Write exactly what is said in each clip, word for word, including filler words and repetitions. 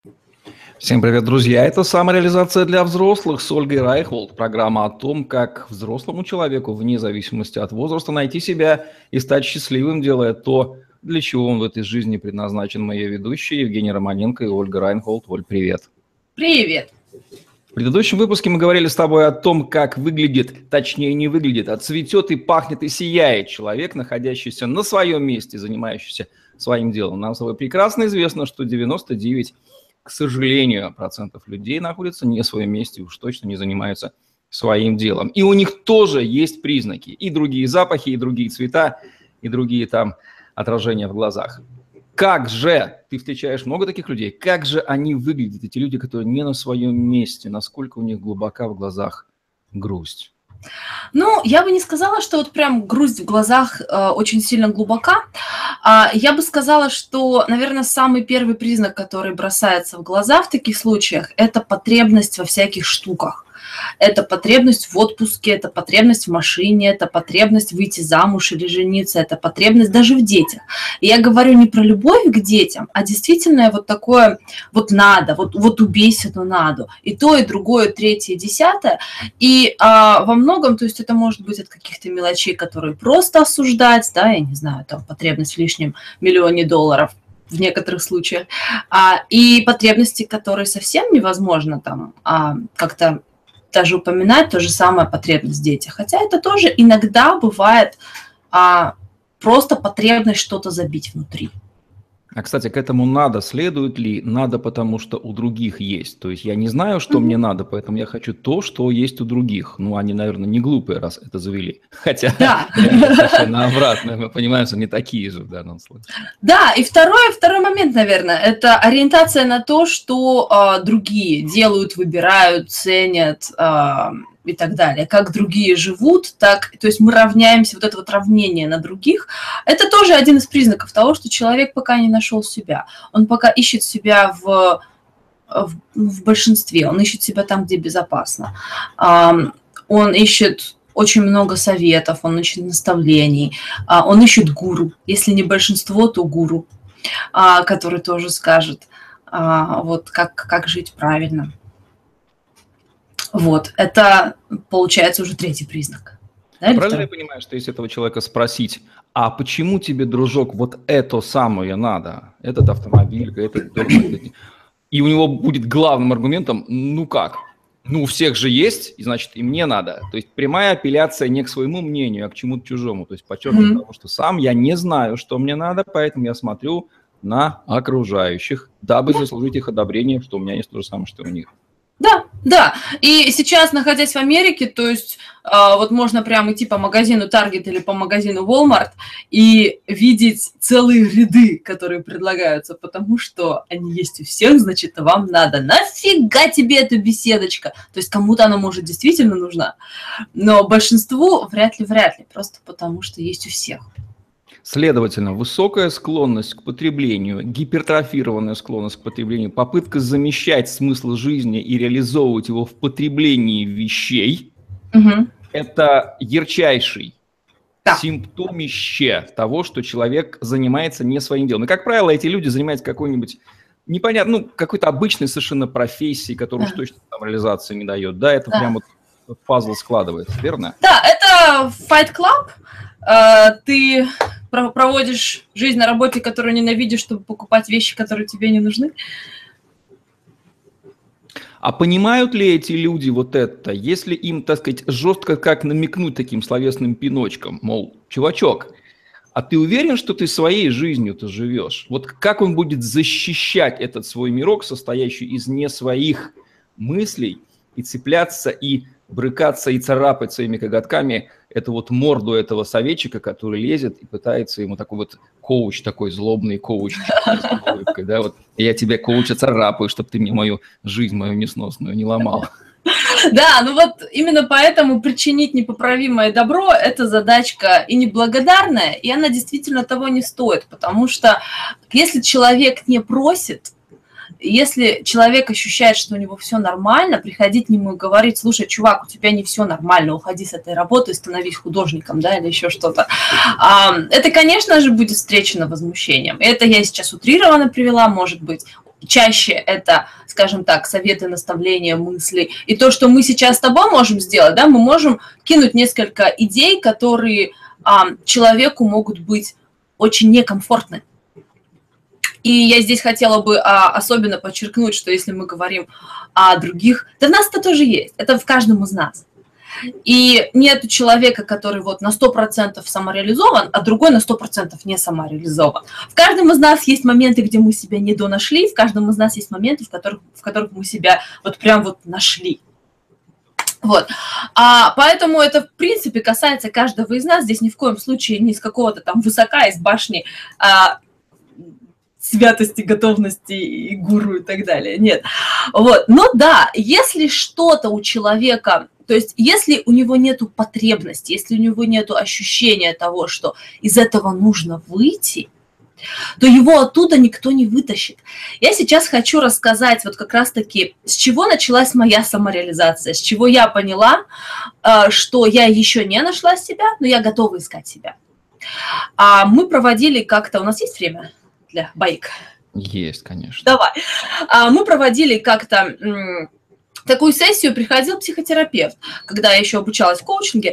Всем привет, друзья! Это «Самореализация для взрослых» с Ольгой Райхолд. Программа о том, как взрослому человеку, вне зависимости от возраста, найти себя и стать счастливым, делая то, для чего он в этой жизни предназначен. Мои ведущие Евгений Романенко и Ольга Райхолд. Оль, привет! Привет! В предыдущем выпуске мы говорили с тобой о том, как выглядит, точнее не выглядит, а цветет и пахнет и сияет человек, находящийся на своем месте, занимающийся своим делом. Нам с тобой прекрасно известно, что девяносто девять к сожалению, процентов людей находятся не в своем месте, уж точно не занимаются своим делом. И у них тоже есть признаки, и другие запахи, и другие цвета, и другие там отражения в глазах. Как же, ты встречаешь много таких людей, как же они выглядят, эти люди, которые не на своем месте, насколько у них глубока в глазах грусть? Ну, я бы не сказала, что вот прям грусть в глазах э, очень сильно глубока. А, я бы сказала, что, наверное, самый первый признак, который бросается в глаза в таких случаях, это потребность во всяких штуках. Это потребность в отпуске, это потребность в машине, это потребность выйти замуж или жениться, это потребность даже в детях. И я говорю не про любовь к детям, а действительно вот такое вот надо, вот, вот убейся, но надо. И то, и другое, третье, и десятое. И а, во многом, то есть это может быть от каких-то мелочей, которые просто осуждать, да, я не знаю, там потребность в лишнем миллионе долларов, в некоторых случаях, а, и потребности, которые совсем невозможно там а, как-то даже упоминать, то же самое потребность в детях. Хотя это тоже иногда бывает а, просто потребность что-то забить внутри. А, кстати, к этому надо, следует ли? Надо, потому что у других есть. То есть я не знаю, что mm-hmm. мне надо, поэтому я хочу то, что есть у других. Ну, они, наверное, не глупые, раз это завели. Хотя да. на обратное мы понимаем, что не такие же в данном случае. Да, и второй, второй момент, наверное, это ориентация на то, что э, другие делают, выбирают, ценят э, и так далее. Как другие живут, так, то есть мы равняемся, вот это вот равнение на других. Это тоже один из признаков того, что человек пока не нашел себя. Он пока ищет себя в, в, в большинстве, он ищет себя там, где безопасно. Э, он ищет очень много советов, он ищет наставлений, э, он ищет гуру. Если не большинство, то гуру, э, который тоже скажет, э, вот как, как жить правильно. Вот, это получается уже третий признак. Да, правильно я понимаю, что если этого человека спросить, а почему тебе, дружок, вот это самое надо, этот автомобиль, этот дом, и у него будет главным аргументом, ну как, ну у всех же есть, и значит и мне надо. То есть прямая апелляция не к своему мнению, а к чему-то чужому. То есть подчеркиваю, mm-hmm. потому что сам я не знаю, что мне надо, поэтому я смотрю на окружающих, дабы заслужить их одобрение, что у меня есть то же самое, что у них. Да, да. И сейчас, находясь в Америке, то есть э, вот можно прямо идти по магазину Target или по магазину Walmart и видеть целые ряды, которые предлагаются, потому что они есть у всех, значит, вам надо. Нафига тебе эта беседочка? То есть кому-то она может действительно нужна, но большинству вряд ли, вряд ли, просто потому что есть у всех. Следовательно, высокая склонность к потреблению, гипертрофированная склонность к потреблению, попытка замещать смысл жизни и реализовывать его в потреблении вещей угу. – это ярчайший да. симптомище того, что человек занимается не своим делом. И, как правило, эти люди занимаются какой-нибудь непонятно, ну, какой-то обычной совершенно профессией, которая да. уж точно там реализации не дает. Да, это да. прям вот пазл складывается, верно? Да, это Fight Club. Ты проводишь жизнь на работе, которую ненавидишь, чтобы покупать вещи, которые тебе не нужны. А понимают ли эти люди вот это, если им, так сказать, жестко как намекнуть таким словесным пиночком, мол, чувачок, а ты уверен, что ты своей жизнью-то живешь? Вот как он будет защищать этот свой мирок, состоящий из не своих мыслей, и цепляться, и брыкаться, и царапать своими коготками эту вот морду этого советчика, который лезет и пытается ему такой вот коуч, такой злобный коуч, да, вот я тебе коуча царапаю, чтобы ты мне мою жизнь, мою несносную не ломал. Да, ну вот именно поэтому причинить непоправимое добро – это задачка и неблагодарная, и она действительно того не стоит, потому что если человек не просит, если человек ощущает, что у него все нормально, приходить к нему и говорить: слушай, чувак, у тебя не все нормально, уходи с этой работы, становись художником, да, или еще что-то. Это, конечно же, будет встречено возмущением. Это я сейчас утрированно привела, может быть. чаще это, скажем так, советы, наставления, мысли. И то, что мы сейчас с тобой можем сделать, да, мы можем кинуть несколько идей, которые а, человеку могут быть очень некомфортны. И я здесь хотела бы а, особенно подчеркнуть, что если мы говорим о других, да в нас это тоже есть, это в каждом из нас. И нет человека, который вот на сто процентов самореализован, а другой на сто процентов не самореализован. В каждом из нас есть моменты, где мы себя не донашли, в каждом из нас есть моменты, в которых, в которых мы себя вот прям вот нашли. Вот. А, поэтому это, в принципе, касается каждого из нас. Здесь ни в коем случае не из какого-то там высока, из башни а, святости, готовности и гуру и так далее. Нет. Вот. Но да, если что-то у человека... То есть если у него нет потребности, если у него нет ощущения того, что из этого нужно выйти, то его оттуда никто не вытащит. Я сейчас хочу рассказать вот как раз-таки, с чего началась моя самореализация, с чего я поняла, что я еще не нашла себя, но я готова искать себя. Мы проводили как-то... У нас есть время для баек? Есть, конечно. Давай. Мы проводили как-то... такую сессию, приходил психотерапевт, когда я еще обучалась в коучинге,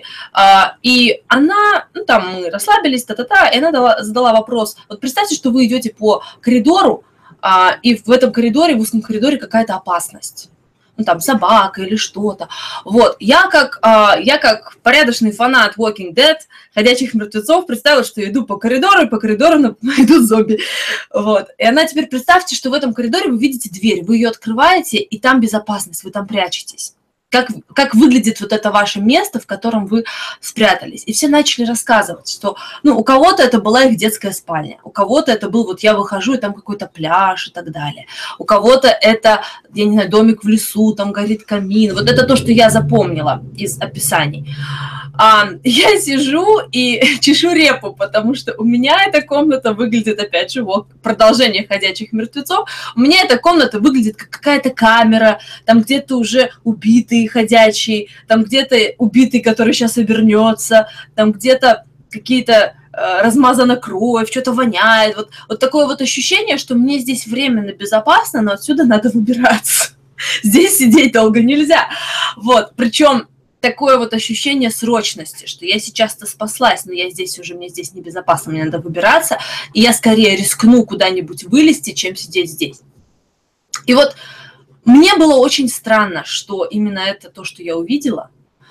и она, ну там мы расслабились, та-та-та, и она дала, задала вопрос, вот представьте, что вы идете по коридору, и в этом коридоре, в узком коридоре какая-то опасность. Ну, там, собака или что-то. Вот, я как, э, я как порядочный фанат Walking Dead, ходячих мертвецов, представила, что я иду по коридору, и по коридору идут зомби. Вот, и она теперь, представьте, что в этом коридоре вы видите дверь, вы ее открываете, и там безопасность, вы там прячетесь. Как, как выглядит вот это ваше место, в котором вы спрятались. И все начали рассказывать, что ну, у кого-то это была их детская спальня, у кого-то это был, вот я выхожу, и там какой-то пляж и так далее. У кого-то это, я не знаю, домик в лесу, там горит камин. Вот это то, что я запомнила из описаний. А, я сижу и чешу репу, потому что у меня эта комната выглядит, опять же, вот продолжение ходячих мертвецов. У меня эта комната выглядит как какая-то камера, там где-то уже убитый ходячий, там где-то убитый, который сейчас обернется, там где-то какие-то э, размазана кровь, что-то воняет. Вот, вот такое вот ощущение, что мне здесь временно безопасно, но отсюда надо выбираться. Здесь сидеть долго нельзя. Вот, причем такое вот ощущение срочности, что я сейчас-то спаслась, но я здесь уже, мне здесь небезопасно, мне надо выбираться, и я скорее рискну куда-нибудь вылезти, чем сидеть здесь. И вот мне было очень странно, что именно это то, что я увидела,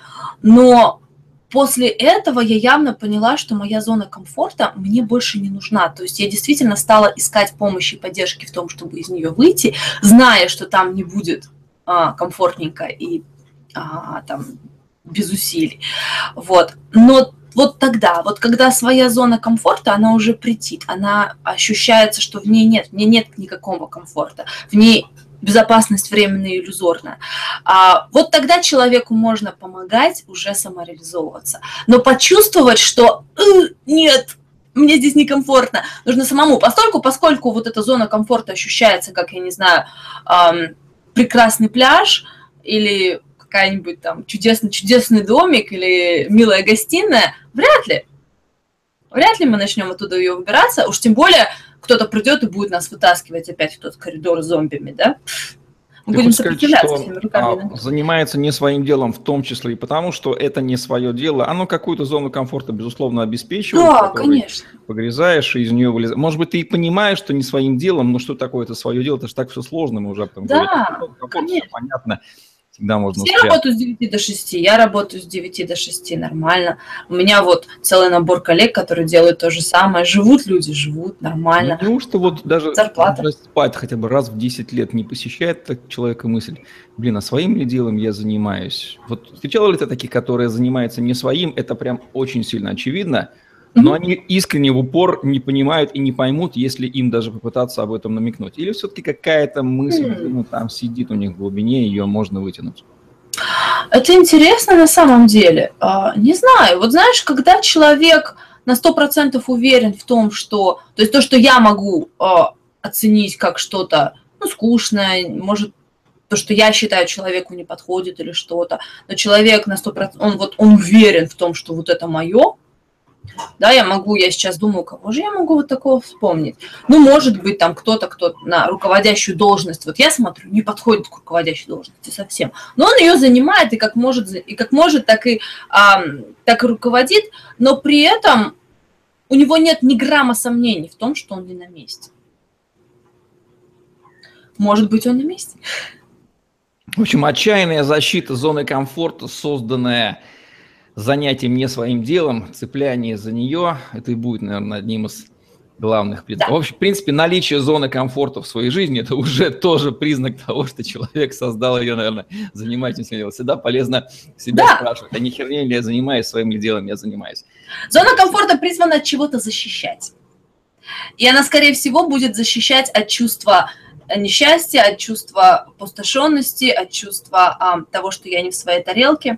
но после этого я явно поняла, что моя зона комфорта мне больше не нужна. То есть я действительно стала искать помощи и поддержки в том, чтобы из нее выйти, зная, что там не будет а, комфортненько и а, там без усилий. Вот. Но вот тогда, вот когда своя зона комфорта, она уже претит, она ощущается, что в ней нет, в ней нет никакого комфорта, в ней безопасность временная и иллюзорная. А вот тогда человеку можно помогать уже самореализовываться. Но почувствовать, что э, нет, мне здесь некомфортно, нужно самому. Поскольку, поскольку вот эта зона комфорта ощущается, как, я не знаю, эм, прекрасный пляж или какая-нибудь там чудесный-чудесный домик или милая гостиная, вряд ли. Вряд ли мы начнем оттуда ее выбираться, уж тем более кто-то придет и будет нас вытаскивать опять в тот коридор с зомбими, да? Мы Ты будем сказать, сопротивляться что, всеми руками. а, занимается не своим делом, в том числе и потому, что это не свое дело. Оно какую-то зону комфорта, безусловно, обеспечивает. Да, конечно. Погрязаешь и из нее вылезаешь. Может быть, ты и понимаешь, что не своим делом, но что такое это свое дело? Это же так все сложно, мы уже об этом да, говорили. Комфорт, все понятно. Всегда можно Все работают с девяти до шести, я работаю с девяти до шести, нормально. У меня вот целый набор коллег, которые делают то же самое. Живут люди, живут нормально. Ну, неужто вот даже зарплата спать хотя бы раз в десять лет не посещает так человека мысль, блин, а своим ли делом я занимаюсь? Вот встречала ли ты таких, которые занимаются не своим, это прям очень сильно очевидно, но mm-hmm. они искренне в упор не понимают и не поймут, если им даже попытаться об этом намекнуть. Или все-таки какая-то мысль, mm-hmm. ну, там сидит у них в глубине, ее можно вытянуть? Это интересно на самом деле. Не знаю. Вот знаешь, когда человек на сто процентов уверен в том, что... То есть то, что я могу оценить как что-то ну, скучное, может, то, что я считаю, человеку не подходит или что-то, но человек на сто процентов... Он, вот, он уверен в том, что вот это мое, Да, я могу, я сейчас думаю, кого же я могу вот такого вспомнить? Ну, может быть, там кто-то, кто на руководящую должность, вот я смотрю, не подходит к руководящей должности совсем, но он ее занимает и как может, и как может, так и, а, так и руководит, но при этом у него нет ни грамма сомнений в том, что он не на месте. Может быть, он на месте? В общем, отчаянная защита зоны комфорта, созданная занятием не своим делом, цепляние за нее, это и будет, наверное, одним из главных признаков. Да. В общем, в принципе, наличие зоны комфорта в своей жизни – это уже тоже признак того, что человек создал ее, наверное, занимаясь этим делом. Всегда полезно себя да. спрашивать, а не херней ли я занимаюсь своим ли делом, я занимаюсь. Зона комфорта призвана от чего-то защищать. И она, скорее всего, будет защищать от чувства несчастья, от чувства опустошенности, от чувства а, того, что я не в своей тарелке.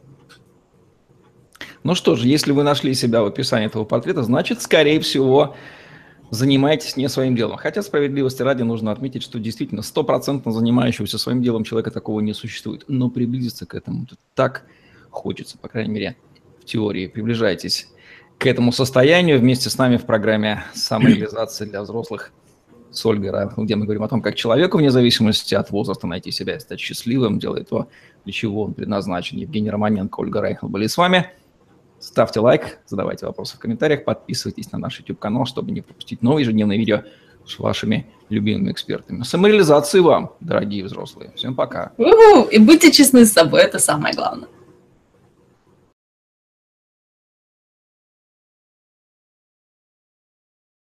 Ну что же, если вы нашли себя в описании этого портрета, значит, скорее всего, занимаетесь не своим делом. Хотя, справедливости ради, нужно отметить, что действительно стопроцентно занимающегося своим делом человека такого не существует. Но приблизиться к этому так хочется, по крайней мере, в теории. Приближайтесь к этому состоянию вместе с нами в программе «Самореализация для взрослых» с Ольгой Райнхелл, где мы говорим о том, как человеку вне зависимости от возраста найти себя и стать счастливым, делая то, для чего он предназначен. Евгений Романенко, Ольга Райнхелл были с вами. Ставьте лайк, задавайте вопросы в комментариях, подписывайтесь на наш YouTube-канал, чтобы не пропустить новые ежедневные видео с вашими любимыми экспертами. Самореализации вам, дорогие взрослые. Всем пока. У-ху! И будьте честны с собой, это самое главное.